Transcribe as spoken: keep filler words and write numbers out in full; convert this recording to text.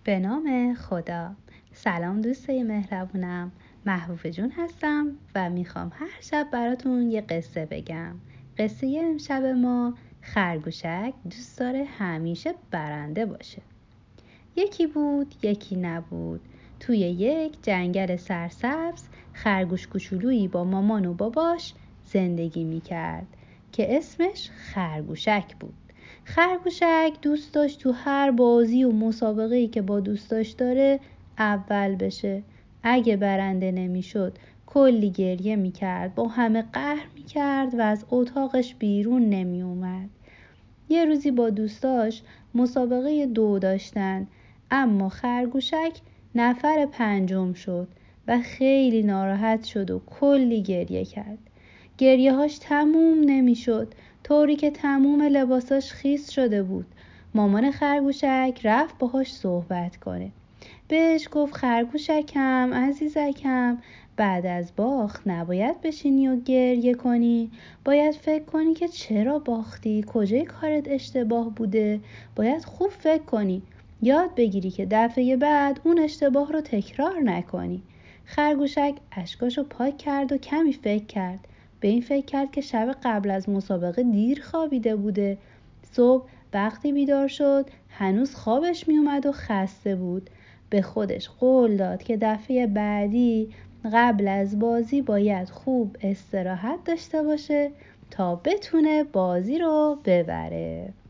به نام خدا. سلام دوستای مهربونم، محبوب جون هستم و میخوام هر شب براتون یه قصه بگم. قصه امشب ما خرگوشک دوست داره همیشه برنده باشه. یکی بود یکی نبود. توی یک جنگل سرسبز خرگوش کوچولویی با مامان و باباش زندگی میکرد که اسمش خرگوشک بود. خرگوشک دوست داشت تو هر بازی و مسابقه‌ای که با دوستاش داره اول بشه. اگه برنده نمیشد کلی گریه میکرد، با همه قهر میکرد و از اتاقش بیرون نمیومد. یه روزی با دوستاش مسابقه دو داشتن، اما خرگوشک نفر پنجم شد و خیلی ناراحت شد و کلی گریه کرد. گریه هاش تموم نمی شد، طوری که تموم لباساش خیس شده بود. مامان خرگوشک رفت باهاش صحبت کنه. بهش گفت خرگوشکم عزیزکم، بعد از باخت نباید بشینی و گریه کنی. باید فکر کنی که چرا باختی، کجای کارت اشتباه بوده. باید خوب فکر کنی، یاد بگیری که دفعه بعد اون اشتباه رو تکرار نکنی. خرگوشک اشکاشو پاک کرد و کمی فکر کرد. به این فکر کرد که شب قبل از مسابقه دیر خوابیده بوده. صبح وقتی بیدار شد هنوز خوابش می اومد و خسته بود. به خودش قول داد که دفعه بعدی قبل از بازی باید خوب استراحت داشته باشه تا بتونه بازی رو ببره.